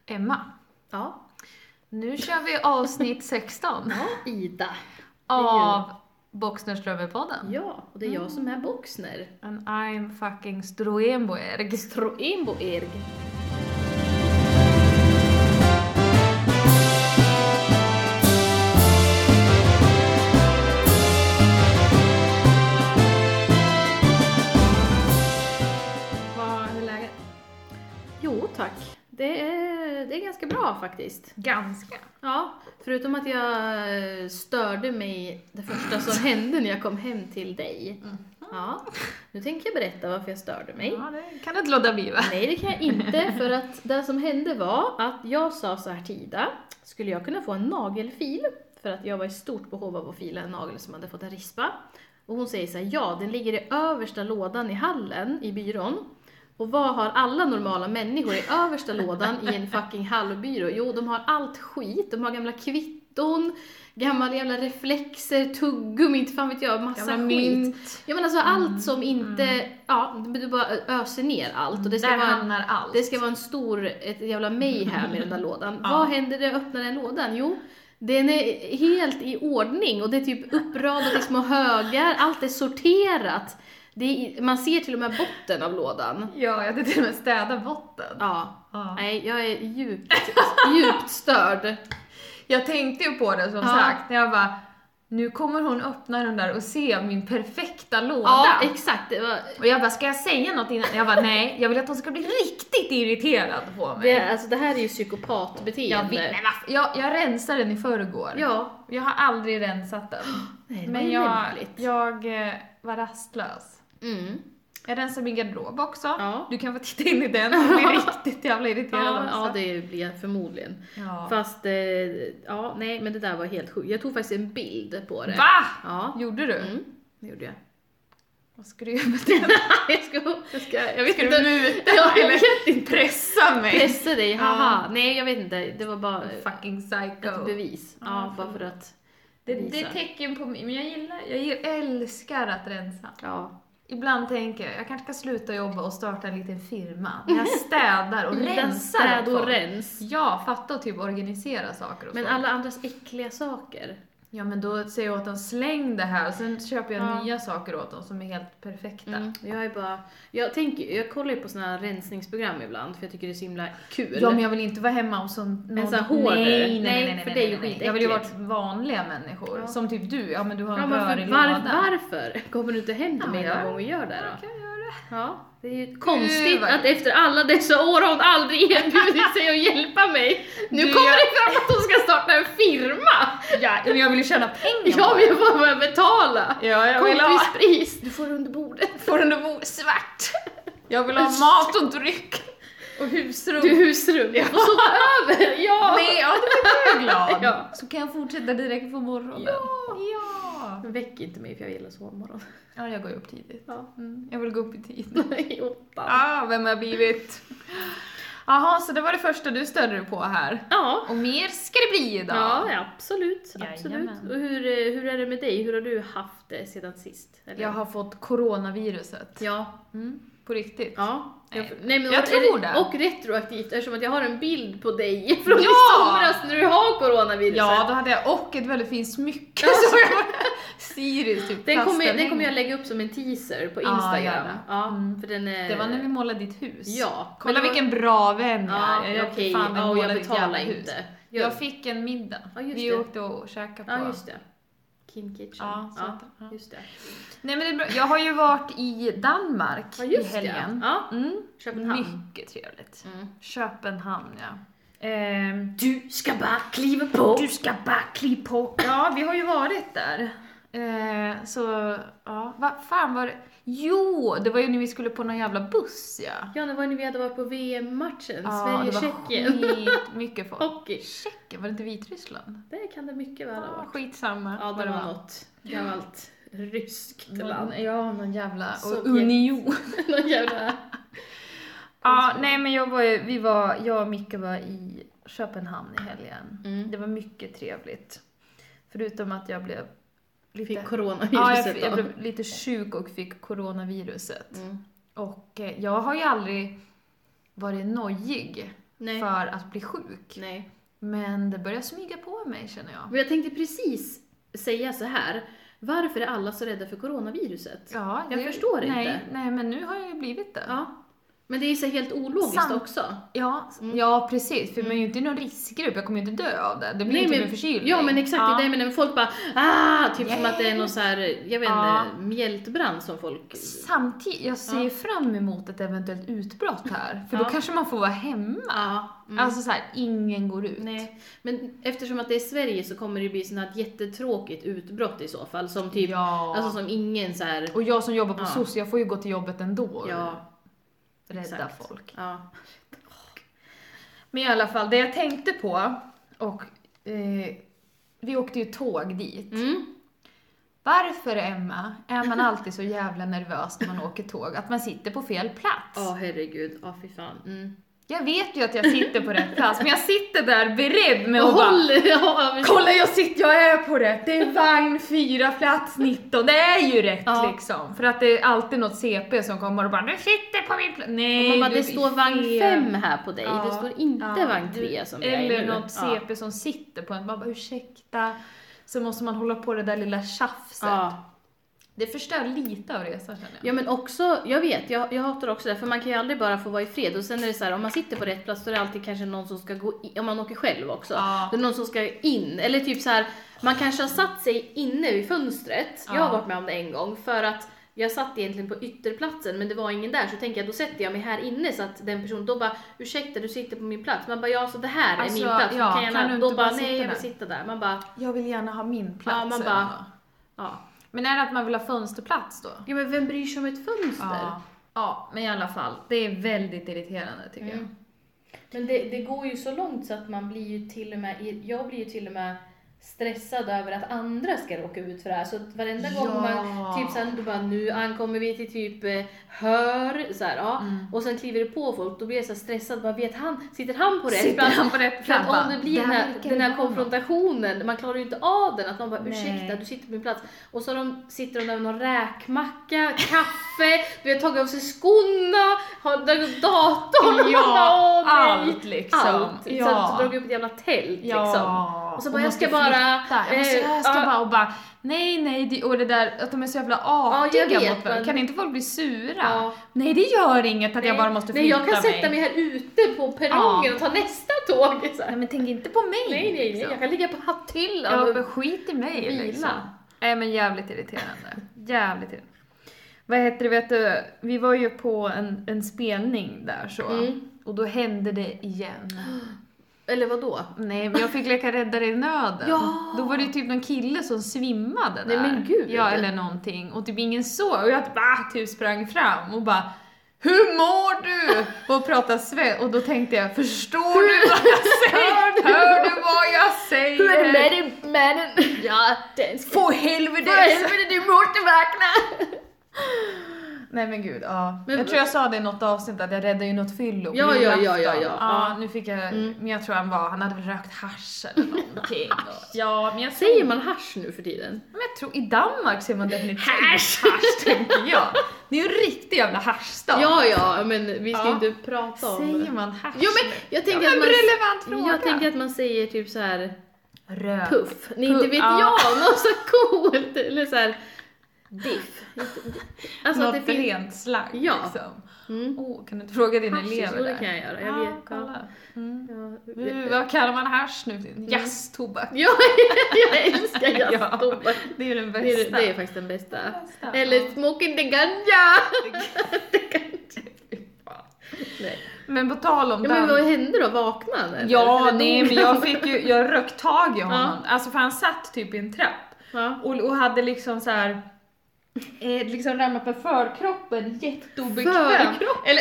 Emma, Ja. nu kör vi avsnitt 16 Ja, Ida. av Boxnerströmmerpodden. Ja, och det är jag som är Boxner. And I'm fucking Stroemboerg. Stroemboerg. Hur är läget? Jo, tack. Det är ganska bra faktiskt. Ganska. Ja, förutom att jag störde mig det första som hände när jag kom hem till dig. Ja, nu tänker jag berätta varför jag störde mig. Ja, det kan du inte låta bli, va? Nej, det kan jag inte, för att det som hände var att jag sa så här till Ida: skulle jag kunna få en nagelfil? För att jag var i stort behov av att fila en nagel som hade fått en rispa. Och hon säger så här: ja, den ligger i översta lådan i hallen i byrån. Och vad har alla normala människor i översta lådan i en fucking hallbyrå? Jo, de har allt skit. De har gamla kvitton, gamla jävla reflexer, tuggummi, inte fan vet jag, massa Gamla skit. mynt. Ja, men alltså allt som inte, ja, du bara öser ner allt. Och det ska Där vara hamnar allt. det ska vara ett jävla mayhem i den där lådan. Ja. Vad händer när jag öppnar den lådan? Jo, den är helt i ordning och det är typ uppradat i små högar. Allt är sorterat. Man ser till och med botten av lådan. Ja, jag hade till och med städa botten. Ja. Ja. Nej, jag är djupt störd. Jag tänkte ju på det som sagt, när jag bara, nu kommer hon öppna den där och se min perfekta låda. Ja, exakt. Det var, Och jag bara, ska jag säga något innan? Jag bara, nej, jag vill att hon ska bli riktigt irriterad på mig. det här är ju psykopatbeteende. Jag rensade den i förrgår. Ja. Jag har aldrig rensat den. Nej, det var Men ju lämpligt. jag var rastlös. Mm. Jag rensade min garderob också. Ja. Du kan få titta in i den och bli riktigt jävla irriterad också. Ja, det blir jag förmodligen. Ja. Fast, ja, nej, men det där var helt sjukt. Jag tog faktiskt en bild på det. Va? Ja. Gjorde du? Mm, det gjorde jag. Vad ska du göra med den? jag vet Ska inte. du muta Ja, jag eller vet inte. pressa mig? Pressa dig, haha. Nej, jag vet inte. Det var bara Fucking psycho. ett bevis. Ja, bara för att Det visa. är tecken på mig, men jag älskar att rensa. Ja. Ibland tänker jag kanske ska sluta jobba och starta en liten firma. När jag städar och rensar. Städ och folk. rens. Ja, fatta och typ organisera saker och Men så. alla andras äckliga saker. Ja, men då säger jag åt dem, släng det här. Och sen köper jag Ja. nya saker åt dem som är helt perfekta. Mm. Jag kollar ju på såna här rensningsprogram ibland, för jag tycker det är så himla kul. Ja, men jag vill inte vara hemma hos någon... En sån här hård. Nej, för det är ju skitäckligt. Jag vill ju vara vanliga människor. Ja. Som typ du. Ja, men du har en Ja, men rörig låda. varför kommer du inte hem till mig Ja, någon gång och gör det då? Jag kan göra det. Ja, det är ju konstigt vad- att efter alla dessa år har hon aldrig erbjudit sig att hjälpa mig. Nu Du, kommer jag- det fram att hon ska starta en firma. Ja, men jag vill ju tjäna pengar Jag på vill det. bara börja betala. Ja, jag vill ha... Kompispris, du får under bordet. Får den bo svart. Jag vill ha mat och dryck. Och husrum. Du husrum, jag får sova över. Ja. Nej, ja, då blir jag glad. Ja. Så kan jag fortsätta direkt på morgonen. Ja. Väck inte mig för jag gillar sovmorgon. Ja, jag går ju upp tidigt. Ja. Jag vill gå upp i tid. I 8. Vem har jag blivit? Jaha, så det var det första du stödde dig på här. Ja. Och mer ska det bli idag. Ja, absolut. Jajamän. Och hur är det med dig? Hur har du haft det sedan sist? Eller? Jag har fått coronaviruset. Ja. På riktigt. Ja. Nej, men jag tror det. Och retroaktivt, eftersom att jag har en bild på dig från i Ja! somras när du har coronaviruset. Ja, då hade jag och ett väldigt fint smycke. Så jag Sirius typ. Den kommer jag lägga upp som en teaser på Instagram. gärna. Ja, för den är... Det var när vi målade ditt hus. Ja. Kolla Men det var- vilken bra vän jag är. Ja, Jag hjälpte okej. fan dig Ja, och måla jag ditt jävla betalar hus. inte. Jag fick en middag. Ja, just Vi det. åkte och käkade på. Ja, just det. Kim Kitchen. Ja, så att- ja. Just det. Nej, men det är bra. Jag har ju varit i Danmark Ja, just i helgen. det. Ja. Mm. Köpenhamn. Mycket trevligt. Mm. Köpenhamn, ja. Du ska bara kliva på. Du ska bara kliva på. Ja, vi har ju varit där. Så, ja. Vad fan var det? Jo, det var ju när vi skulle på någon jävla buss, ja. Ja, det var när vi hade varit på VM-matchen. Ja, Sverige-Tjeckien. det var mycket folk. Hockey. Tjeckien, var det inte Vitryssland? Det kan det mycket väl ha varit. Skitsamma. Ja, vad det var något gammalt ryskt land. Ja, någon jävla Sovjet. union. Någon jävla... Ja, nej men jag och Micke var i Köpenhamn i helgen. Mm. Det var mycket trevligt. Förutom att jag blev lite... Fick coronaviruset jag då. blev lite sjuk och fick coronaviruset. Mm. Och jag har ju aldrig varit nojig för att bli sjuk. Nej. Men det börjar smyga på mig, känner jag. Men jag tänkte precis säga så här. Varför är alla så rädda för coronaviruset? Ja, jag förstår inte. Nej, men nu har jag ju blivit det. Ja. Men det är så helt ologiskt också. Ja, precis. För man är ju inte i någon riskgrupp. Jag kommer ju inte dö av det. Det blir ju typ en förkylning. Ja, men exakt. Det är det, men folk bara, typ som att det är någon så här, jag vet inte, mjältbrand som folk... Samtidigt, jag ser fram emot ett eventuellt utbrott här. För då kanske man får vara hemma. Alltså så här, ingen går ut. Nej, men eftersom att det är Sverige så kommer det bli sån här jättetråkigt utbrott i så fall. Som typ, alltså som ingen så här... Och jag som jobbar på SOS, jag får ju gå till jobbet ändå. Ja. Rädda folk. Ja. Men i alla fall, det jag tänkte på, och vi åkte ju tåg dit. Varför, Emma, är man alltid så jävla nervös när man åker tåg? Att man sitter på fel plats? Herregud. Fy fan. Jag vet ju att jag sitter på rätt plats, men jag sitter där beredd med att bara... Kolla, jag är på rätt. Det är vagn 4, plats 19. Det är ju rätt liksom. För att det är alltid något CP som kommer och bara, nu sitter på min plats. Nej, och man bara, det står vagn 5 här på dig. Det står inte vagn 3 som jag är. Eller något CP som sitter på en. Man bara, ursäkta. Så måste man hålla på det där lilla tjafset. Det förstör lite av resan, känner jag. Ja, men också, jag vet, jag hatar också det. För man kan ju aldrig bara få vara i fred. Och sen är det så här, om man sitter på rätt plats så är det alltid kanske någon som ska gå in. Om man åker själv också. Det är någon som ska in. Eller typ så här, man kanske har satt sig inne vid fönstret. Jag har varit med om det en gång. För att jag satt egentligen på ytterplatsen, men det var ingen där. Så tänker jag, då sätter jag mig här inne så att den personen då bara, ursäkta, du sitter på min plats. Man bara, så det här är min plats. Kan du då bara, nej, jag vill sitta där. Man bara, jag vill gärna ha min plats. Ja, man bara, Men är det att man vill ha fönsterplats då? Ja, men vem bryr sig om ett fönster? Ja, men i alla fall. Det är väldigt irriterande, tycker jag. Men det går ju så långt så att man blir ju till och med, jag blir ju till och med stressad över att andra ska råka ut för det här. Så att varenda gång man typ sen, då bara, nu ankommer vi till typ hör så här, och sen kliver det på folk, då blir jag så stressad, bara vet sitter han på rätt plats? För att om det blir den här konfrontationen, man klarar ju inte av den, att man bara, ursäkta, du sitter på min plats. Och så sitter de där med någon räkmacka, kaffe, vi har tagit av sig skorna, har datorn, allt liksom. Allt. Så drar vi upp ett jävla tält liksom. Och så bara, jag ska bara... Nej, och det där att de är så jävla artiga mot varandra. Kan inte folk bli sura? Nej, det gör inget att jag bara måste flytta mig. Nej, jag kan sätta mig här ute på perrongen och ta nästa tåg. Nej, men tänk inte på mig. Nej, liksom. Jag kan ligga på hatthyllan. Ja, men skit i mig liksom. Nej, men jävligt irriterande. Vad heter det, vet du? Vi var ju på en spelning där så. Och då hände det igen. Eller vad då? Nej, men jag fick leka räddare i nöden. Då var det typ någon kille som svimmade där. Nej, men gud. Ja, eller någonting. Och typ ingen såg. Och jag typ sprang fram och bara, hur mår du? Och pratade svenska. Och då tänkte jag, förstår du vad jag säger? Hör du vad jag säger? Hur är det med dig, mannen? Ja, få helvete, du måste vakna. Nej men gud, Men jag tror jag sa det i något avsnitt att jag räddade ju något fyllo. Ja. Nu fick jag, men jag tror han hade väl rökt hasch eller någonting. Men säger man hasch nu för tiden? Men jag tror i Danmark säger man definitivt hasch, tänker jag. Det är ju en riktig jävla haschstad. Ja, men vi ska inte prata om. Säger man hasch? Jo, men jag tänker att relevant fråga. Jag tänker att man säger typ så här röd. Puff. Nej, inte vet jag, något så coolt eller så här diff. Alltså något att det rent slang liksom. Kan du inte fråga dina elever där? Det kan jag göra. Jag vet. Kolla. Vad kallar man hasch nu? Jazztobak. Ja, jag älskar jazztobak. Det är ju den bästa. Det är faktiskt den bästa. Eller smoking the ganja. Nej. Men på tal om men vad hände då? Vaknade han? Ja, nej, men jag rökt tag i honom. Alltså för han satt typ i en trapp. Och hade liksom så här liksom ramlat med förkroppen, jätteobekväm. Eller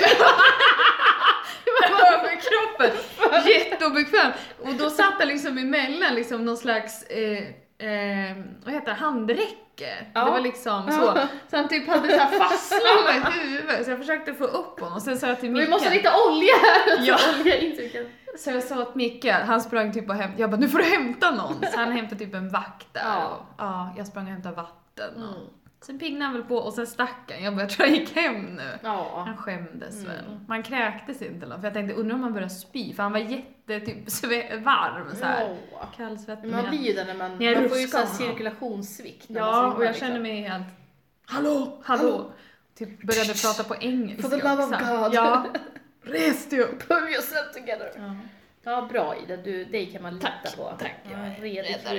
överkroppen, jätteobekväm. Och då satt han liksom emellan liksom någon slags vad heter det, handräcke. Det var liksom så han typ hade så här fastnat med huvudet. Så jag försökte få upp honom. Och sen sa jag till Micke, vi måste lite olja här. Olja intrycken. Så jag sa att Micke, han sprang typ och hämtade. Jag bara, nu får du hämta någon. Så han hämtade typ en vakt där. Och, jag sprang och hämtade vatten. Sen pignade han väl på och sen stack han. Jag tror jag gick hem nu. Ja. Han skämdes väl. Man kräktes inte då. För jag tänkte, undrar om han började spy. För han var varm så här. Kallsvettig. Man blir ju där när man får ju så här cirkulationssvikt. Ja, och jag känner mig helt... Hallå! Typ började prata på engelska. For the love of God. Ja. Res dig upp. Pull yourself together. Ja, bra Ida. Dig kan man lita på. Tack. Räddar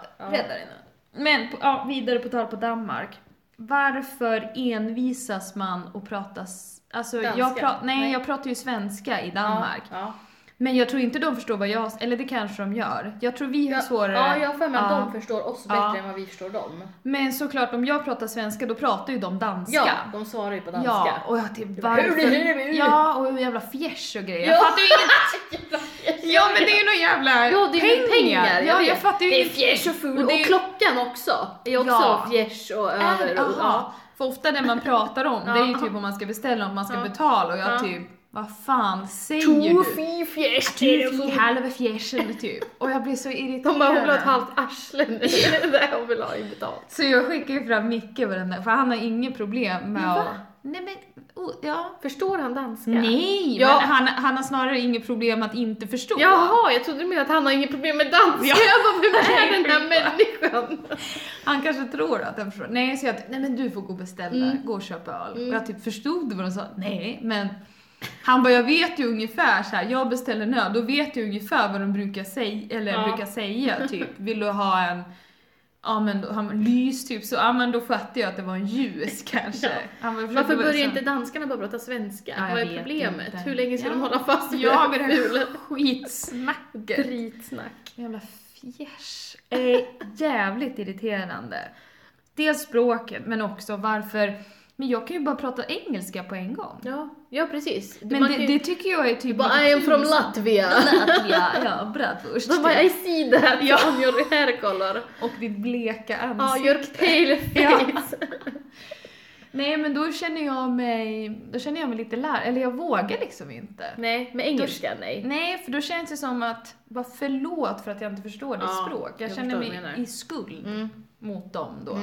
i nöd. Men vidare på tal på Danmark. Varför envisas man och pratas... Alltså, jag pratar ju svenska i Danmark. Ja. Men jag tror inte de förstår vad jag... Eller det kanske de gör. Jag tror vi har svårare... Ja, jag för mig att de förstår oss bättre än vad vi förstår dem. Men såklart, om jag pratar svenska, då pratar ju de danska. Ja, de svarar ju på danska. Ja, och jag typ varför... Ja, och hur jävla fjärs och grejer. Jag fattar ju inget... Ja, men det är ju någon jävla pengar. Ja, jag fattar ju det är fjärs och full. Och klockan också. Det är också fjärs och över. För ofta det man pratar om, det är ju typ om man ska beställa, om man ska betala. Och jag typ... Vad fan säger du? 2-4 fjärs. 2-4 halva fjärsen typ. Och jag blir så irriterad. De bara, hon vill ha ett halvt arsle nu. Det är det hon vill ha inbetalt. Så jag skickar ju fram Micke på den där. För han har inget problem med att... Nej men, Förstår han danska? Nej, men han har snarare inget problem att inte förstå. Jaha, jag trodde med att han har inget problem med danska. Jag bara, vem är den här människan? Han kanske tror att han förstår. Nej, så nej men du får gå och beställa. Gå och köpa öl. Och jag typ förstod vad de sa. Nej, men... Han bara, jag vet ju ungefär så här, jag beställer nöd, då vet jag ungefär vad de brukar säga, brukar säga, typ, vill du ha en, men då, han lys typ, så, men då fattade jag att det var en ljus kanske. Varför börjar inte danskarna bara prata svenska? Vad är problemet? Inte. Hur länge ska de hålla fast vid det här skitsnacket? Dritsnack. Jävla fjärs. Jävligt irriterande. Dels språket, men också varför... Men jag kan ju bara prata engelska på en gång. Ja precis. Men det tycker jag är typ... I am from Latvia. Ja, bratwurst. De bara, I see that on your hair color. Och ditt bleka ansikte. Your pale face. Nej, men då känner jag mig lite eller jag vågar liksom inte. Nej, med engelska Nej, för då känns det som att, bara förlåt för att jag inte förstår ditt språk. Jag känner mig i skuld mot dem då.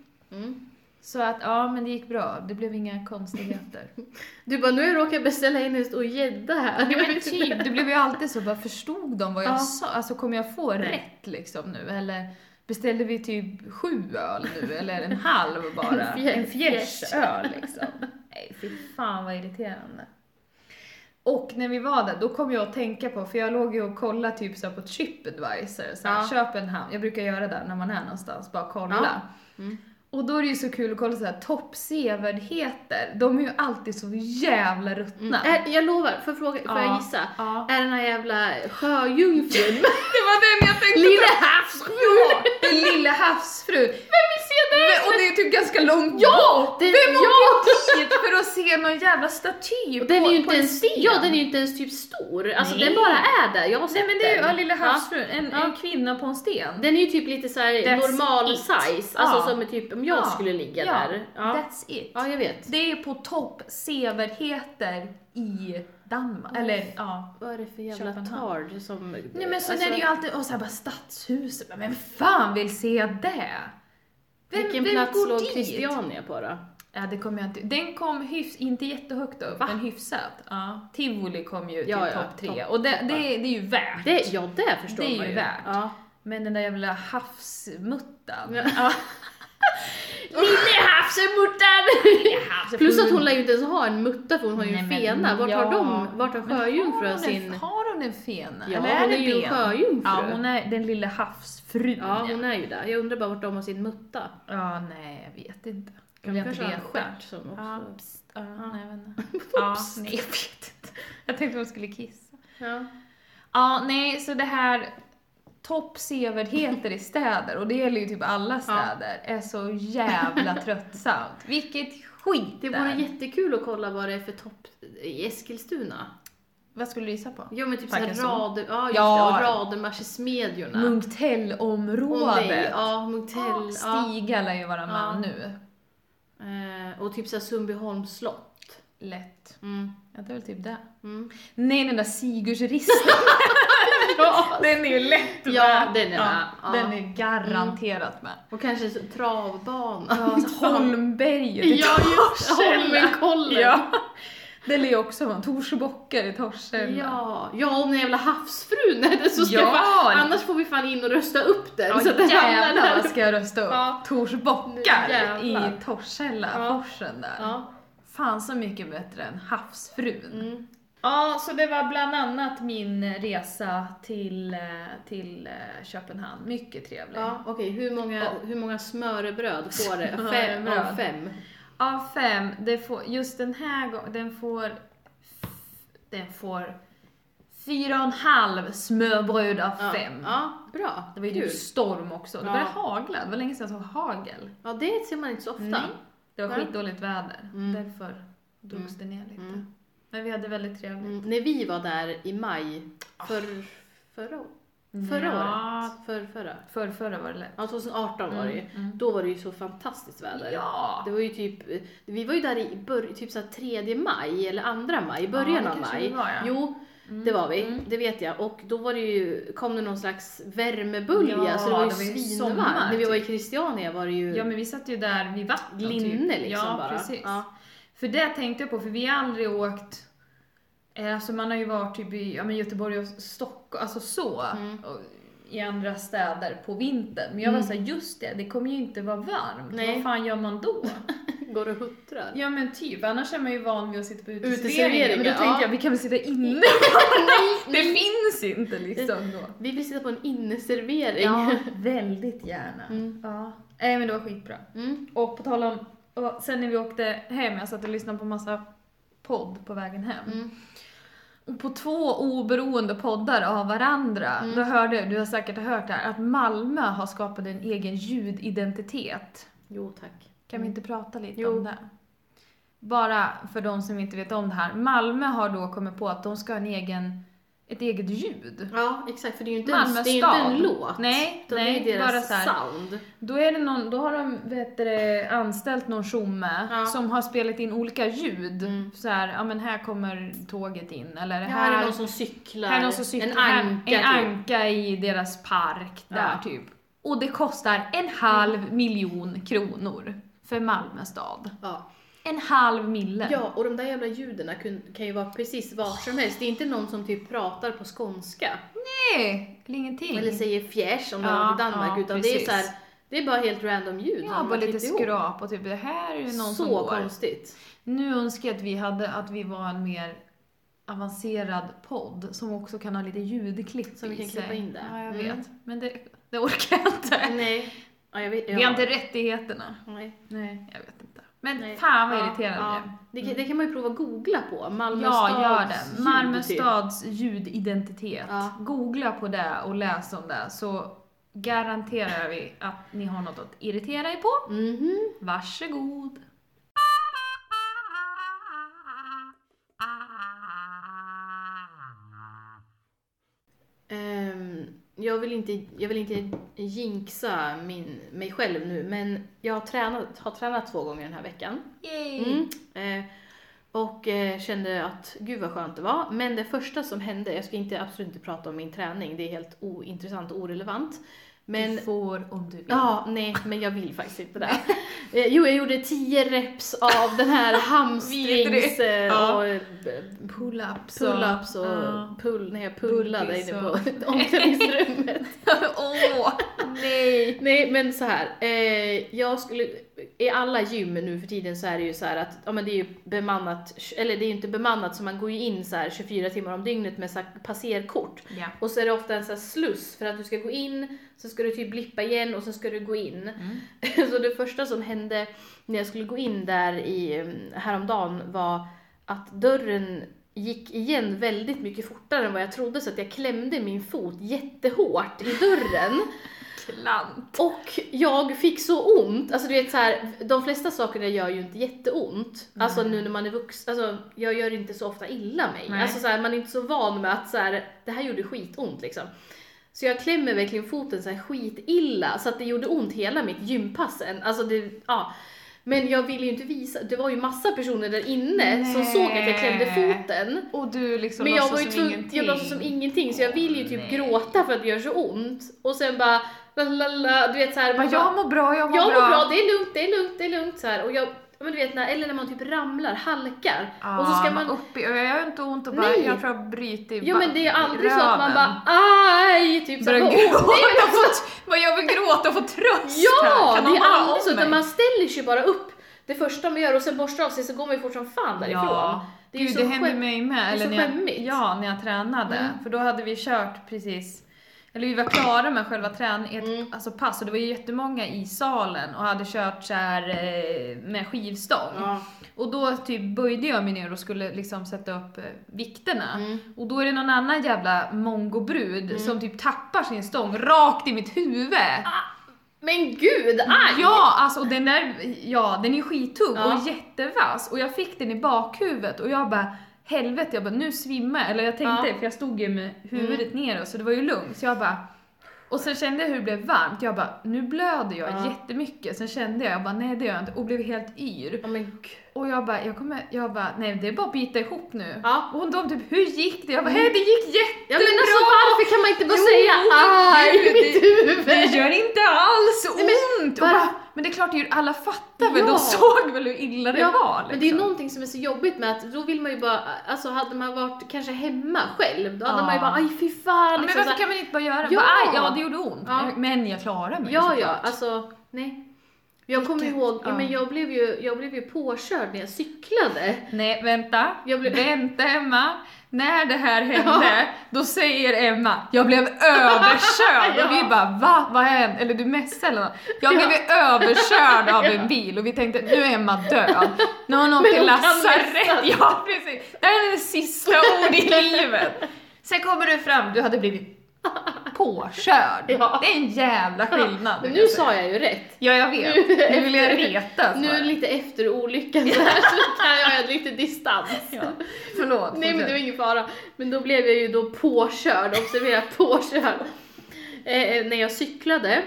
Så att, men det gick bra. Det blev inga konstigheter. Du bara, nu råkar jag beställa in en stor gädda här. Ja, men typ, det blev ju alltid så, bara förstod de vad jag sa? Alltså, kommer jag få rätt liksom nu? Eller beställde vi typ 7 öl nu? Eller en halv bara? En fjärsöl liksom. Nej, fy fan vad irriterande. Och när vi var där, då kom jag att tänka på, för jag låg ju och kollade typ så på TripAdvisor. Så här, köp en hamn. Jag brukar göra det när man är någonstans, bara kolla. Och då är det ju så kul att kolla så här toppsevärdheter. De är ju alltid så jävla ruttna. Jag lovar, får jag gissa? Är den här jävla sjöjungfrun? Det var den jag tänkte Lilla havsfrun! Ja, den lilla havsfrun. Vem vill se det? Och det är typ ganska långt. Vem åker dit för att se någon jävla staty den är ju på en sten? Ja, den är ju inte ens typ stor. Alltså den bara är där. Jag har sett men det är ju lilla havsfrun. En kvinna på en sten. Den är ju typ lite så här normal size. Alltså som är typ om jag skulle ligga där. That's it. Ja, jag vet. Det är på topp sevärdheter i Danmark. Eller vad är det för jävla tard som... Nej, men så är det ju alltid så här bara stadshuset. Men vem fan vill se det? Vilken plats låg Christiania på då? Ja, det kommer jag inte. Den kom inte jättehögt upp, men hyfsat. Ja, Tivoli kom ju till topp 3. Och det är ju värt. Det förstår man ju. Det är ju värt. Ja. Men den där jävla havsmuttan. Lille havsmuttan! Plus att hon lär ju inte ens ha en mutta, för hon har ju en fena. Vart har sjöjungfrun sin... Har hon en fena? Ja, eller hon är ju sjöjungfru. Ja, hon är den lilla havsfrun. Ja, hon är ju där. Jag undrar bara vart de har sin mutta. Ja, nej, jag vet inte. Jag vill inte veta. Som också. Nej, jag vet inte. Nej, jag vet inte. Jag tänkte att hon skulle kissa. Nej, så det här toppsevärdheter i städer, och det gäller ju typ alla städer, är så jävla tröttsamt. Vilket skit det vore jättekul att kolla vad det är för topp i Eskilstuna. Vad skulle du gissa på? Ja, men typ såhär Radermarsesmedjorna. Munktellområdet. Munktell. Stiga lär ju vara man nu. Och typ såhär Sundbyholms slott. Lätt. Ja, det är väl typ det. Nej, den där Sigurdsristan. travtras. Den är ju lätt Ja, med. den är med. Ja. Den är garanterat med. Och kanske så travbana. Ja, så Holmberget i Ja, just Holmenkollen. Ja. Det lär ju också vara Torsbockar i Torshälla. Ja, om den jävla havsfrun är det så ska annars får vi fan in och rösta upp den. Ja, så att jävlar vad ska jag rösta upp. Ja. Torsbockar i Torshälla, forsen där. Ja. Fan så mycket bättre än havsfrun. Mm. Ja, så det var bland annat min resa till Köpenhamn. Mycket trevlig. Ja, okej. Hur många smörrebröd får det? 5 av 5? Av 5, just den här gången, den får 4,5 smörbröd av 5. Ja, bra. Det var ju typ storm också. Det började hagla, det var länge sedan jag såg hagel. Ja, det ser man inte så ofta. Nej, det var skitdåligt väder, Mm. därför drogs det ner lite. Men vi hade väldigt trevligt. När vi var där i maj förra året. Förra var det lätt. Ja, 2018 var det ju. Då var det ju så fantastiskt väder. Ja. Det var ju typ, vi var ju där i typ så här 3 maj eller 2 maj, i början av maj. Jo, det var vi, det vet jag. Och då var det ju, kom det någon slags värmebölja, så det var ju svinvarmt. När vi var i Christiania var det ju... Ja, men vi satt ju där vid vattnet. Linne typ. liksom ja, bara. Precis. Ja. För det tänkte jag på, för vi har aldrig åkt... Alltså man har ju varit typ i Göteborg och Stockholm, alltså så. Och i andra städer på vintern. Men jag var såhär, just det kommer ju inte vara varmt. Nej. Vad fan gör man då? Går och huttrar. Ja men typ, annars är man ju van vid att sitta på uteserveringar. Men då tänkte jag, vi kan väl sitta inne? Nej, det finns inte liksom då. Vi vill sitta på en inneservering. Ja, väldigt gärna. Ja. Nej men det var skitbra. Och på tal om, och sen när vi åkte hem, jag satt och lyssnade på massa podd på vägen hem. Och på 2 oberoende poddar av varandra, då hörde du har säkert hört det här, att Malmö har skapat en egen ljudidentitet. Jo, tack. Kan vi inte prata lite om det? Bara för de som inte vet om det här. Malmö har då kommit på att de ska ha ett eget ljud. Ja, exakt. För det är ju inte, Malmö det är stad. inte en låt. Nej, det är deras bara så här, sound. Då har de anställt någon tjomme som har spelat in olika ljud. Så här, ja men här kommer tåget in. Eller här är någon som cyklar. Här är någon som cyklar. En anka i deras park där typ. Och det kostar 500 000 kronor för Malmö stad. Ja. 500 000. Ja, och de där jävla ljuden kan ju vara precis vart som helst. Det är inte någon som typ pratar på skånska. Nej, ingenting. Eller säger fjärs om de var i Danmark. Utan det är så här, det är bara helt random ljud. Ja, bara lite skrap och typ det här är ju någon som går. Så konstigt. Nu önskar jag att vi var en mer avancerad podd som också kan ha lite ljudklipp som vi kan klippa in där. Ja, jag vet. Men det orkar jag inte. Nej. Ja, jag vet. Vi har inte rättigheterna. Nej, jag vet inte. Men fan vad irriterande. Det kan man ju prova att googla på. Malmö gör det. Malmö stads ljudidentitet. Googla på det och läs om det, så garanterar vi att ni har något att irritera er på. Varsågod. Jag vill inte jinxa mig själv nu, men jag har tränat 2 gånger den här veckan. Och kände att gud vad skönt det var. Men det första som hände, jag ska absolut inte prata om min träning, det är helt ointressant och orelevant. Men, du får om du vill. Ja, nej, men jag vill faktiskt inte det. Jag gjorde 10 reps av den här hamstrings och pull-ups och när jag pullade inne på omklädningsrummet. Nej, men så här. I alla gym nu för tiden så är det ju så här att det är ju bemannat, eller det är ju inte bemannat, så man går ju in så här 24 timmar om dygnet med så här passerkort. Och så är det ofta en så här sluss för att du ska gå in, så ska du typ blippa igen och så ska du gå in. Så det första som hände när jag skulle gå in där häromdagen var att dörren gick igen väldigt mycket fortare än vad jag trodde, så att jag klämde min fot jättehårt i dörren. Klant. Och jag fick så ont, alltså du vet så här, de flesta sakerna gör ju inte jätteont. Alltså nu när man är vuxen, alltså jag gör inte så ofta illa mig. Alltså så här, man är inte så van med att så här, det här gjorde skitont liksom. Så jag klämmer verkligen foten så här skitilla, så att det gjorde ont hela mitt gympassen. Alltså Men jag ville ju inte visa, det var ju massa personer där inne som såg att jag klämde foten. Och du liksom men jag var ju ingenting. Jag låtsas som ingenting, så jag ville ju typ gråta för att det gör så ont. Och sen bara, lalala, du vet så här. Jag mår bra, jag mår bra, det är lugnt så här. Och jag, men du vet, när man typ ramlar, halkar. Och så ska man upp jag gör inte ont och bara, jag tror jag bryter ja, men det är aldrig röven. så att man bara, aj, typ så här. Vad jag vill gråta och få tröst. Ja, det är aldrig så att man ställer sig bara upp det första man gör och sen borstar av sig, så går man ju fort som fan därifrån. Ja. Det är ju Gud, så det hände mig med. Eller när jag tränade. För då hade vi kört precis, eller vi var klara med själva träningen, alltså pass, och det var ju jättemånga i salen och hade kört så här med skivstång. Ja. Och då typ böjde jag mig ner och skulle liksom sätta upp vikterna. Och då är det någon annan jävla mongobrud som typ tappar sin stång rakt i mitt huvud. Men gud, aj! Ja, alltså och den är ju skittung och jättevass. Och jag fick den i bakhuvudet och jag bara, helvete, jag bara, nu svimmar jag. Eller jag tänkte, för jag stod ju med huvudet ner så det var ju lugnt. Så jag bara, och sen kände jag hur det blev varmt. Jag bara, nu blöder jag jättemycket. Sen kände jag bara, nej det gör jag inte. Och blev helt yr. Och jag bara, nej det är bara att bita ihop nu. Och de typ, hur gick det? Jag bara, hej det gick jättebra. Ja, men alltså varför kan man inte bara säga, aj, mitt huvud. Det gör inte alls ont. Men det är klart, alla fattar väl, de såg väl hur illa det var. Liksom. Men det är någonting som är så jobbigt med att då vill man ju bara, alltså hade man varit kanske hemma själv, då hade man ju bara, aj fy fan. Men varför kan man inte bara göra? Ja, det gjorde ont. Men jag klarade mig såklart. Alltså, nej. Jag kommer ihåg, men jag blev ju påkörd när jag cyklade. Nej, vänta. Vänta Emma. När det här hände, då säger Emma, jag blev överkörd. Och vi bara, vad hände? Eller du messade eller något. Jag blev överkörd av en bil och vi tänkte, nu är Emma död. Nu har hon åkt till lasarett. Ja, precis. Det här är det sista ord i livet. Sen kommer du fram, du hade blivit påkörd. Det är en jävla skillnad. Men nu sa jag ju rätt. Ja, jag vet. Nu vill jag retas. Nu lite efter olyckan så kan jag ha lite distans. Förlåt. Nej, men det var ingen fara. Men då blev jag ju då påkörd. Observera, påkörd. När jag cyklade.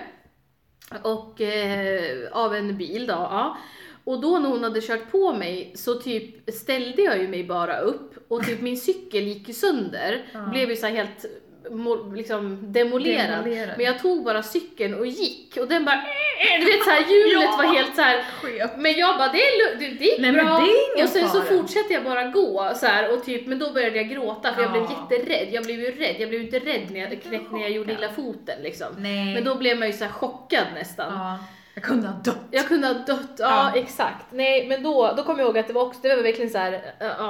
Och av en bil då. Ja. Och då när hon hade kört på mig så typ ställde jag ju mig bara upp. Och typ min cykel gick ju sönder. Blev ju så här helt liksom demolerad. Men jag tog bara cykeln och gick och den bara du vet så här, hjulet var helt så här. Men jag bara, det gick bra. Det och sen så fortsatte jag bara gå så här, och typ, men då började jag gråta för jag blev jätterädd. Jag blev ju rädd. Jag blev inte rädd när jag gjorde illa foten liksom. Nej. Men då blev man ju så här chockad nästan. Jag kunde ha dött. Ja, exakt. Nej, men då kom jag ihåg att det var verkligen så här,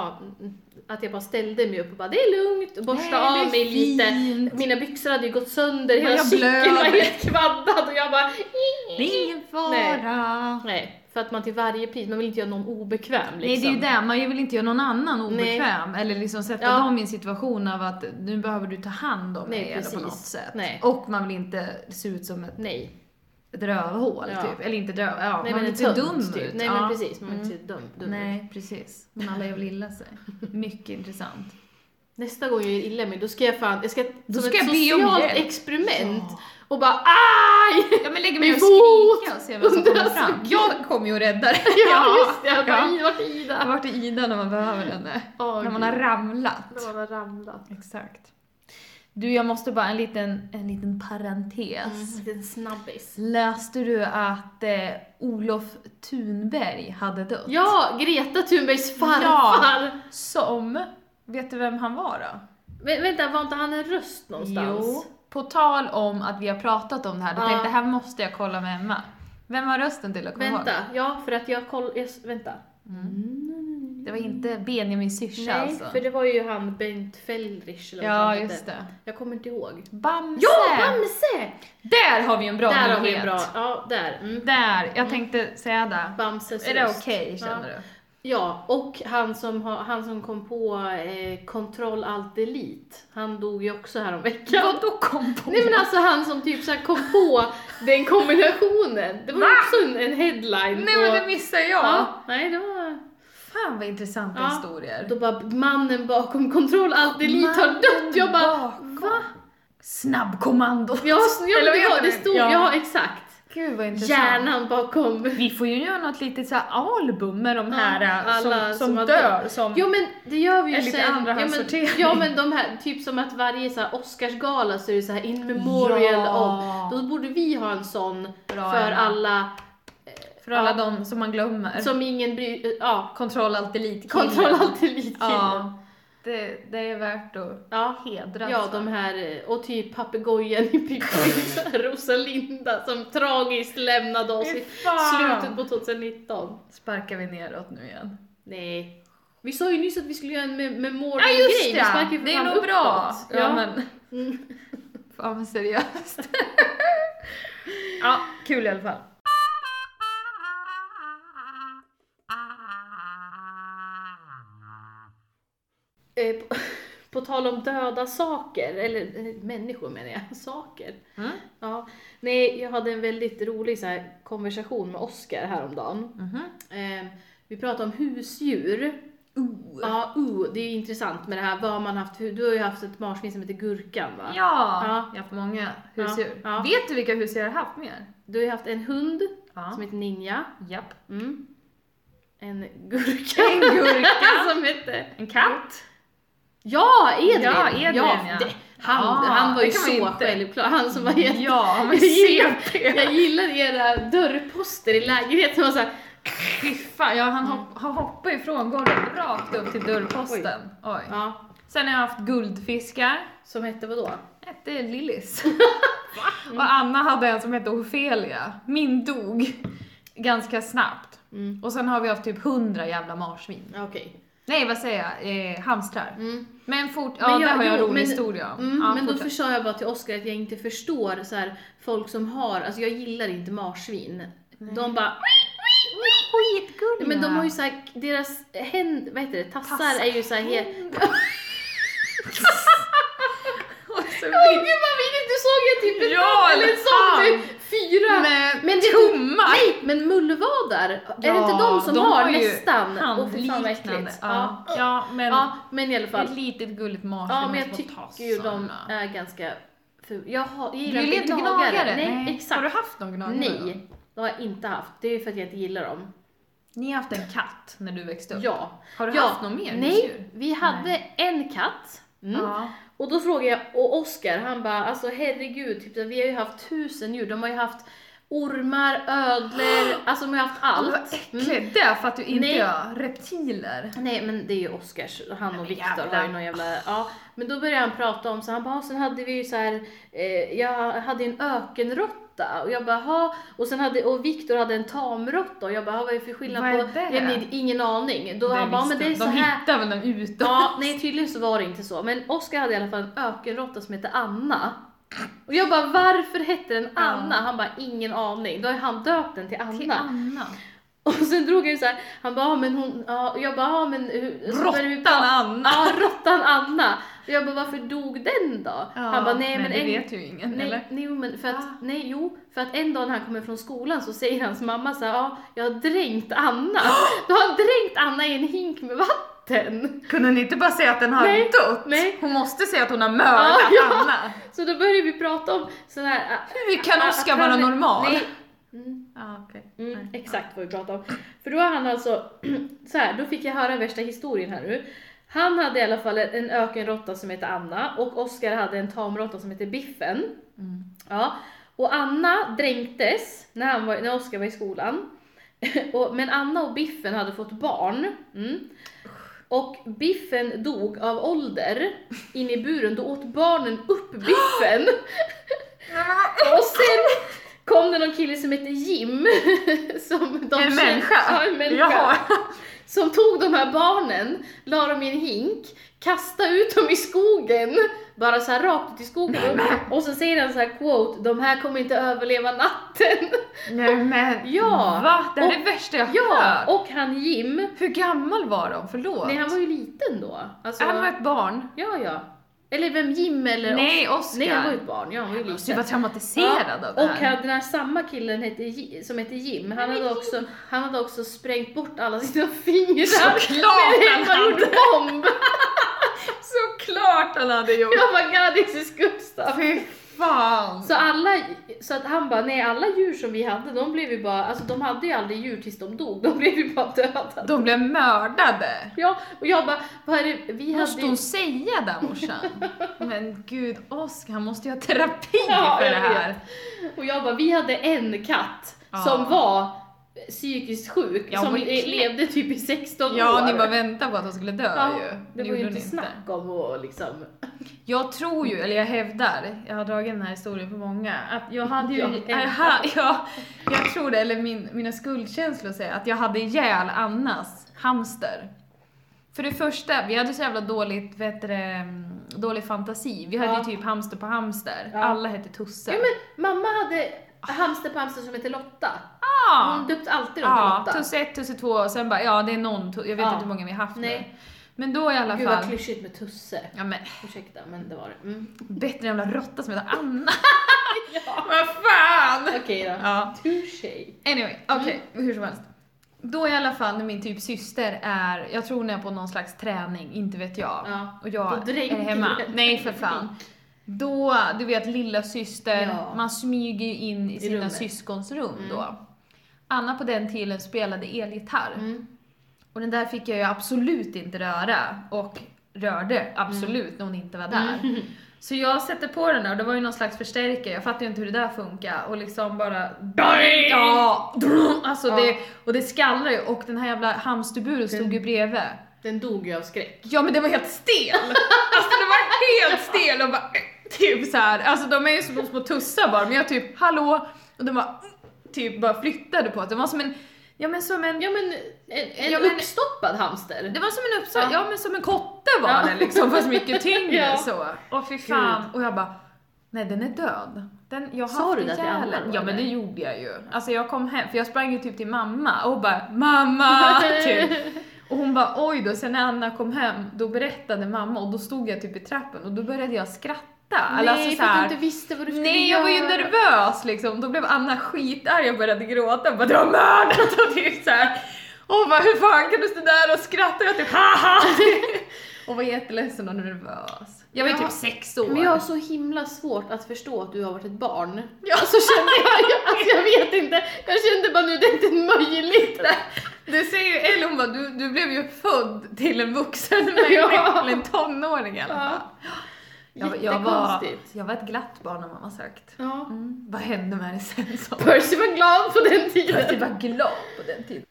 att jag bara ställde mig upp och bara, det är lugnt, borsta av mig lite. Mina byxor hade ju gått sönder, hela cykeln var helt kvaddad och jag bara, det är ingen fara. Nej, för att man till varje pris, man vill inte göra någon obekväm liksom. Nej, det är ju det, man vill inte göra någon annan obekväm. Eller liksom sätta dem i en situation av att nu behöver du ta hand om mig eller på något sätt. Och man vill inte se ut som ett rövhål typ, eller inte nej, man vill inte se dum typ. ut. Nej, men precis, man vill inte se dum Nej, precis. Men alla är väl illa sig. Mycket intressant. Nästa gång jag är illa mig, då ska jag som ett socialt experiment och bara aj! Ja, men lägger mig och skrika och se vad som kommer fram. Jag kommer ju och räddar. Ja, just det. Vart är Ida? Vart är Ida när man behöver henne? När man har ramlat. Exakt. Du, jag måste bara en liten parentes. En liten snabbis. Läste du att Olof Thunberg hade dött? Ja, Greta Thunbergs farfar. Ja, som, vet du vem han var då? Vänta, var inte han en röst någonstans? Jo, på tal om att vi har pratat om det här. Jag tänkte, här måste jag kolla med Emma. Vem var rösten till att komma ihåg? Vänta, ja, för att vänta. Det var inte Benjamin Syrsa alltså. Nej, för det var ju han Bengt Feldrich eller ja, just det. Jag kommer inte ihåg. Bamse! Ja, Bamse! Där har vi en bra nyhet. Där har vi en bra, Där, jag tänkte säga det. Bamses är det okej, känner du? Ja, och han som kom på Control Alt Delete, han dog ju också här om veckan. Vadå kom på? Nej, men alltså han som typ så här kom på den kombinationen. Det var också en headline. Nej, men det missade jag. Ja, nej, det var... Fan vad intressanta historier. Då bara, mannen bakom Control Alt Delete har dött. Jag bara, va? Snabbkommando. Ja, det stod, ja exakt. Gud vad intressant. Hjärnan bakom. Vi får ju göra något litet så här album med de här alla som dör. Jo men det gör vi ju lite sen. andrahandssortering. Ja men de här, typ som att varje så här Oscarsgala så är det så här in memorial of. Då borde vi ha en sån för alla. För alla de som man glömmer. Som ingen bryr. Ja. Kontroll allt elite. Kontroll allt elite. Ja. Det är värt att hedra. Ja, de här, och typ papegojen i Pippi, Rosalinda som tragiskt lämnade oss i slutet på 2019. Sparkar vi neråt nu igen? Nej. Vi sa ju nyss att vi skulle göra en memorial-grej. Ja, just det! Det är nog bra. Ja, men... Fan vad seriöst. Ja, kul i alla fall. På tal om döda saker, eller människor menar jag, saker. Ja. Nej, jag hade en väldigt rolig så här, konversation med Oskar häromdagen. Vi pratade om husdjur. Ja, det är intressant med det här. Vad man haft, du har ju haft ett marsvin som heter Gurkan, va? Ja, jag har haft många husdjur. Ja. Vet du vilka husdjur jag har haft mer? Du har ju haft en hund som heter Ninja. Japp. En gurka. En gurka som heter... En katt. Ja, Edvin. Ja, Edvin, han var ju så självklar. Han som var helt... Ja, han var CP. Jag gillar era dörrposter i lägenheten. Och så här... Fy fan, han hoppat ifrån golvet rakt upp till dörrposten. Oj. Ja. Sen har jag haft guldfiskar. Som hette vadå? Hette Lillis. Och Anna hade en som hette Ophelia. Min dog ganska snabbt. Och sen har vi haft typ 100 jävla marsvin. Okej. Nej, vad säger jag? Hamstrar. Men där har jag en rolig historia. Men då förstår jag bara till Oskar att jag inte förstår så här, folk som har, alltså jag gillar inte marsvin. De bara skitgulliga. Men de har ju så här, deras vad heter det? Tassar är ju så här helt... Gud vad vidigt, du såg ju typ eller en sån 4 med tummar. Nej, men mullvadar. Är det inte de som har nästan handliknande? Men i alla fall ett litet gulligt marsvin. Ja, men jag tycker ju de är ganska jag gillar inte gnagare. Nej, exakt. Har du haft någon gnagare? Nej, det har jag inte haft. Det är för att jag inte gillar dem. Ni har haft en katt när du växte upp. Ja. Har du haft någon mer? Nej, vi hade en katt. Och då frågade jag, och Oskar, han bara, alltså herregud, typ, vi har ju haft 1000 djur, de har ju haft ormar, ödlor, alltså de har haft allt. Vad äckligt, det är för att du inte gör reptiler. Nej, men det är ju Oskars, han och Viktor har ju någon jävla, men då började han prata om, så han bara, sen hade vi ju så här, jag hade en ökenråtta. Och jag bara, och sen och Viktor hade en tamråtta och jag bara, vad är det för skillnad på? Jag hade ingen aning. Då han bara, men det är så här. De hittar väl den utåt. Ja, nej tydligen så var det inte så. Men Oskar hade i alla fall en ökenråtta som heter Anna. Och jag bara, varför hette den Anna? Han bara, ingen aning. Då har han döpt den till Anna. Till Anna. Och sen drog jag ju så här, han bara, men hon, jag bara, men råttan Anna. Ja, råttan Anna. Och jag bara, varför dog den då? Han bara, nej men det vet ju ingen, eller? Nej, men för att, för att en dag när han kommer från skolan så säger hans mamma så här, jag har dränkt Anna. Då har han dränkt Anna i en hink med vatten. Kunde ni inte bara säga att den har dött? Nej. Hon måste säga att hon har mördat Anna. Så då började vi prata om sån här... Hur kan Oskar vara normal? Nej. Okay. Exakt vad vi pratade om. För då har han alltså, så här, då fick jag höra värsta historien här nu. Han hade i alla fall en ökenråtta som heter Anna och Oskar hade en tamråtta som heter Biffen. Ja. Och Anna dränktes när Oskar var i skolan. Men Anna och Biffen hade fått barn. Och Biffen dog av ålder in i buren. Då åt barnen upp Biffen. Och sen kom det någon kille som heter Jim. Som en människa? Ja, en människa. Som tog de här barnen, la dem i en hink, kastade ut dem i skogen. Bara så här rakt ut i skogen. Och så säger han så här, quote, de här kommer inte överleva natten. Nej men, va? Det är det värsta jag hört. Ja, och han Jim. Hur gammal var de? Förlåt. Nej, han var ju liten då. Alltså, han var ett barn. Ja. Eller vem, Jim eller Nej, Oskar. Nej, han var ett barn. Ja, han var ju liten. Du var traumatiserad av det här. Och den här samma killen som hette Jim, han hade också sprängt bort alla sina fingrar. Såklart han gjorde bomb. Såklart han hade gjort. Oh my god, this is good stuff. Fy fan. Så alla, så att han bara, nej, alla djur som vi hade, de blev ju bara, alltså de hade ju aldrig djur tills de dog, de blev ju bara döda. De blev mördade. Ja, och jag bara, vad är det, vi måste hade hon säga där, morsan? Men gud, Oskar, han måste ju ha terapi för det här. Och jag bara, vi hade en katt som var psykiskt sjuk, som levde typ i 16 år. Ja, ni bara väntade på att hon skulle dö ju. Det var ju inte snack om att liksom... Jag tror ju, eller jag hävdar, jag har dragit den här historien för många, att jag hade ju, jag tror det, eller mina skuldkänslor säger att jag hade ihjäl Annas hamster. För det första, vi hade så jävla dålig fantasi. Vi hade ju typ hamster på hamster. Ja. Alla hette Tusse. Ja, men mamma hade hamster på hamster som heter Lotta. Hon döpte alltid dem till Lotta. Tusse 1, Tusse 2 och sen bara, det är någon, jag vet inte hur många vi har haft nu. Men då i alla fall... Gud vad klyschigt med Tusse. Ja, men... Ursäkta, men det var det. Bättre jävla råtta som heter Anna. Vad fan! Okej då. Ja. Touché. Anyway, hur som helst. Då i alla fall när min typ syster är, jag tror hon är på någon slags träning, inte vet jag. Ja. Och jag är hemma. Nej, för fan. Då, du vet, lilla syster, man smyger ju in i sina syskons rum då. Anna på den tiden spelade elgitarr. Och den där fick jag ju absolut inte röra. Och rörde absolut när hon inte var där. Så jag sätter på den där och det var ju någon slags förstärkare. Jag fattar ju inte hur det där funkar. Och liksom bara... Alltså det, och det skallrar ju. Och den här jävla hamsterburen stod ju bredvid. Den dog ju av skräck. Ja, men det var helt stel. Alltså det var helt stel. Och bara, typ så här. Alltså de är ju som små tussar bara. Men jag typ, hallå. Och de bara, typ bara flyttade på att det var som en... En uppstoppad hamster. Det var som en uppstoppad, men som en kotte var det liksom, fast mycket tyngre så. Och fy fan, och jag bara, nej den är död. Jag har sa du det till Anna? Ja, men det gjorde jag ju. Alltså jag kom hem, för jag sprang ju typ till mamma och bara, mamma, typ. Och hon bara, oj då, sen när Anna kom hem, då berättade mamma och då stod jag typ i trappen och då började jag skratta. Nej, alltså, för att du inte visste vad du skulle göra. Jag var ju nervös liksom. Då blev Anna skitarg, jag började gråta. Bara, du har mördat och typ såhär. Och bara, hur fan kan du stå där och skratta? Jag typ, haha! Och var jätteledsen och nervös. Jag var ju typ 6 år. Men jag har så himla svårt att förstå att du har varit ett barn. Ja. Så kände jag vet inte. Jag kände bara nu, det är inte möjligt. Du säger ju, eller hon bara, du blev ju född till en vuxen människa, eller en tonåring i alla fall. Jag var ett glatt barn, har mamma sagt. Ja. Vad hände med det sen? Percy var glad på den tiden. Percy var glad på den tiden.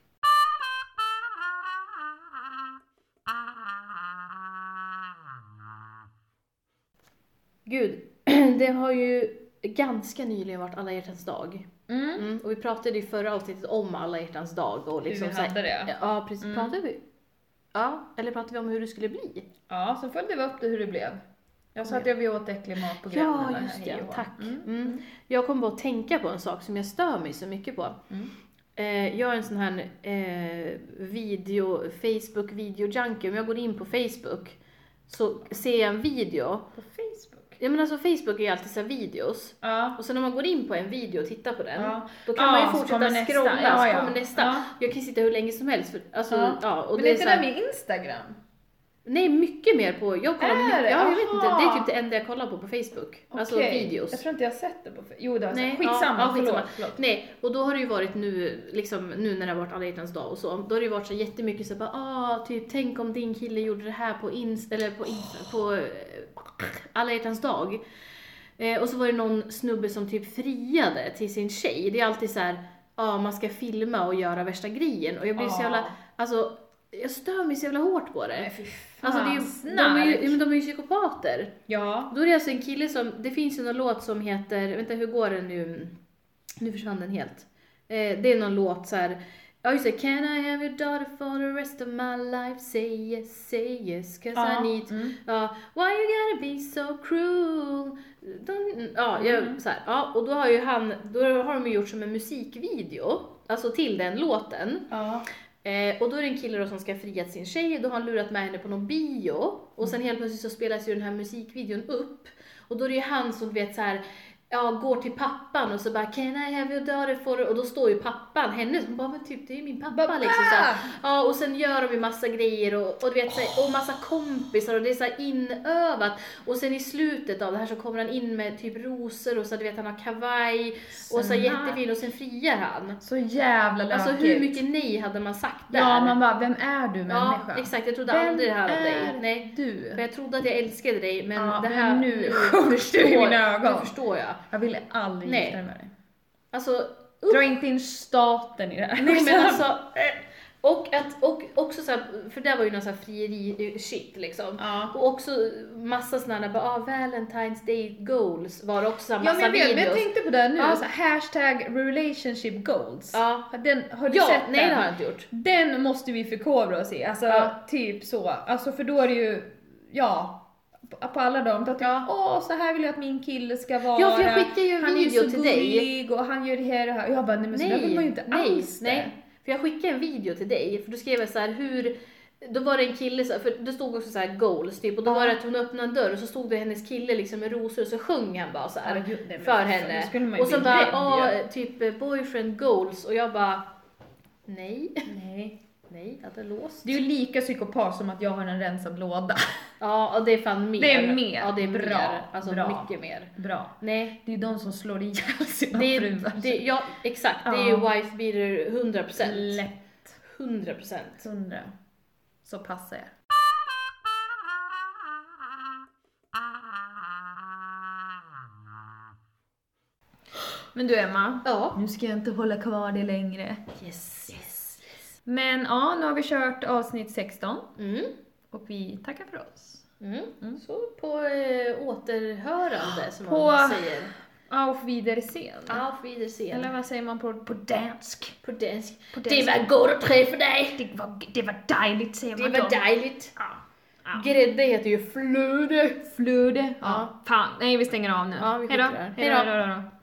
Gud, det har ju ganska nyligen varit alla hjärtans dag. Och vi pratade i förra avsnittet om alla hjärtans dag. Och liksom, hur vi hade det. Ja, precis. Pratade vi? Ja, eller pratade vi om hur det skulle bli? Ja, så följde vi upp det hur det blev. Jag sa att vi åt äcklig mat på gränsen. Ja, just det. Tack. Jag kommer bara att tänka på en sak som jag stör mig så mycket på. Jag är en sån här Facebook-video-junkie. Om jag går in på Facebook så ser jag en video. På Facebook? Ja, men alltså Facebook är ju alltid så här videos. Ja. Och så när man går in på en video och tittar på den, då kan man ju fortsätta scrolla, så kommer nästa. Ja. Jag kan sitta hur länge som helst. För, alltså, och men det är inte det med Instagram? Nej, mycket mer på... Jag kollar jag vet inte. Det är typ det enda jag kollar på Facebook. Okay. Alltså videos. Jag tror inte jag har sett det på... Jo, det har jag sett. Skitsamma. Förlåt. Nej, och då har det ju varit nu, liksom, nu när det har varit alla hjärtans dag och så. Då har det ju varit så jättemycket så bara, typ, tänk om din kille gjorde det här på alla hjärtans dag. Och så var det någon snubbe som typ friade till sin tjej. Det är alltid så här, man ska filma och göra värsta grejen. Och jag blir så jävla... Alltså, jag stör mig så jävla hårt på det. Alltså de är ju psykopater. Ja. Då är det alltså en kille som, det finns ju någon låt som heter, vänta hur går den nu? Nu försvann den helt. Det är någon låt så här. Ja just det, can I have your daughter for the rest of my life? Say yes, cause I need. Why you gotta be so cruel? Så här. Och då har de ju gjort som en musikvideo, alltså till den låten. Ja. Och då är det en kille då som ska fria sin tjej. Då har han lurat med henne på någon bio. Och sen helt plötsligt så spelas ju den här musikvideon upp. Och då är det ju han som vet så här, går till pappan och så bara can I have your daughter for, och då står ju pappan, hennes, bara men typ det är min pappa liksom så här. Ja, och sen gör de ju massa grejer och du vet så här, och massa kompisar och det är så här inövat, och sen i slutet av det här så kommer han in med typ rosor och så du vet han har kavaj och så jättefin och sen friar han. Så jävla lökigt. Alltså hur mycket nej hade man sagt där? Ja, man bara, vem är du människa? Ja, exakt, jag trodde aldrig det här om dig. Nej, du. För jag trodde att jag älskade dig, men ja, det här men nu sjunks du i mina ögon. Nu förstår jag. Jag ville aldrig gifta mig med dig. Alltså, dra inte in staten i det här. Nej, men alltså, och också så här, för det var ju någon sån här frieri shit liksom. Ja. Och också massa sådana bara Valentine's Day goals var det också massa videos. Men jag tänkte på det nu, så hashtag relationship goals. Ja. Har du sett den? Nej, det har jag inte gjort. Den måste vi förkovra oss i, alltså typ så. Alltså för då är det ju, på alla dem, då så här vill jag att min kille ska vara. Ja, för jag skickade ju en video till dig. Han är så gullig och han gör det här och här. Jag bara, nej men så där vill man ju inte alls. Nej. För jag skickade en video till dig, för du skrev så här då var det en kille, för det stod också så här goals typ, och då var det att hon öppnade en dörr och så stod det hennes kille liksom med rosor och så sjöng han bara så här för henne. Och så bara, typ boyfriend goals, och jag bara, nej, att det är låst. Det är ju lika psykopat som att jag har en rensad låda. Ja, och det är fan mer. Det är mer. Ja, det är bra. Mer. Alltså bra. Mycket mer. Bra. Nej. Det är de som slår ihjäl sina fruar. Ja, exakt. Det är ju wife beater 100%. Lätt. 100%. 100. Så passar jag. Men du Emma, nu ska jag inte hålla kvar det längre. Yes. Men nu har vi kört avsnitt 16. Och vi tackar för oss. Så på återhörande som man säger. Auf Wiedersehen. Auf Wiedersehen. Eller vad säger man på dansk? På dansk. Det var god att träffa dig. Det var dejligt, säger man. Det var dejligt. Ja. Grädde heter ju flöde. Ja. Fan, nej vi stänger av nu. Ja, vi skickar. Hej då.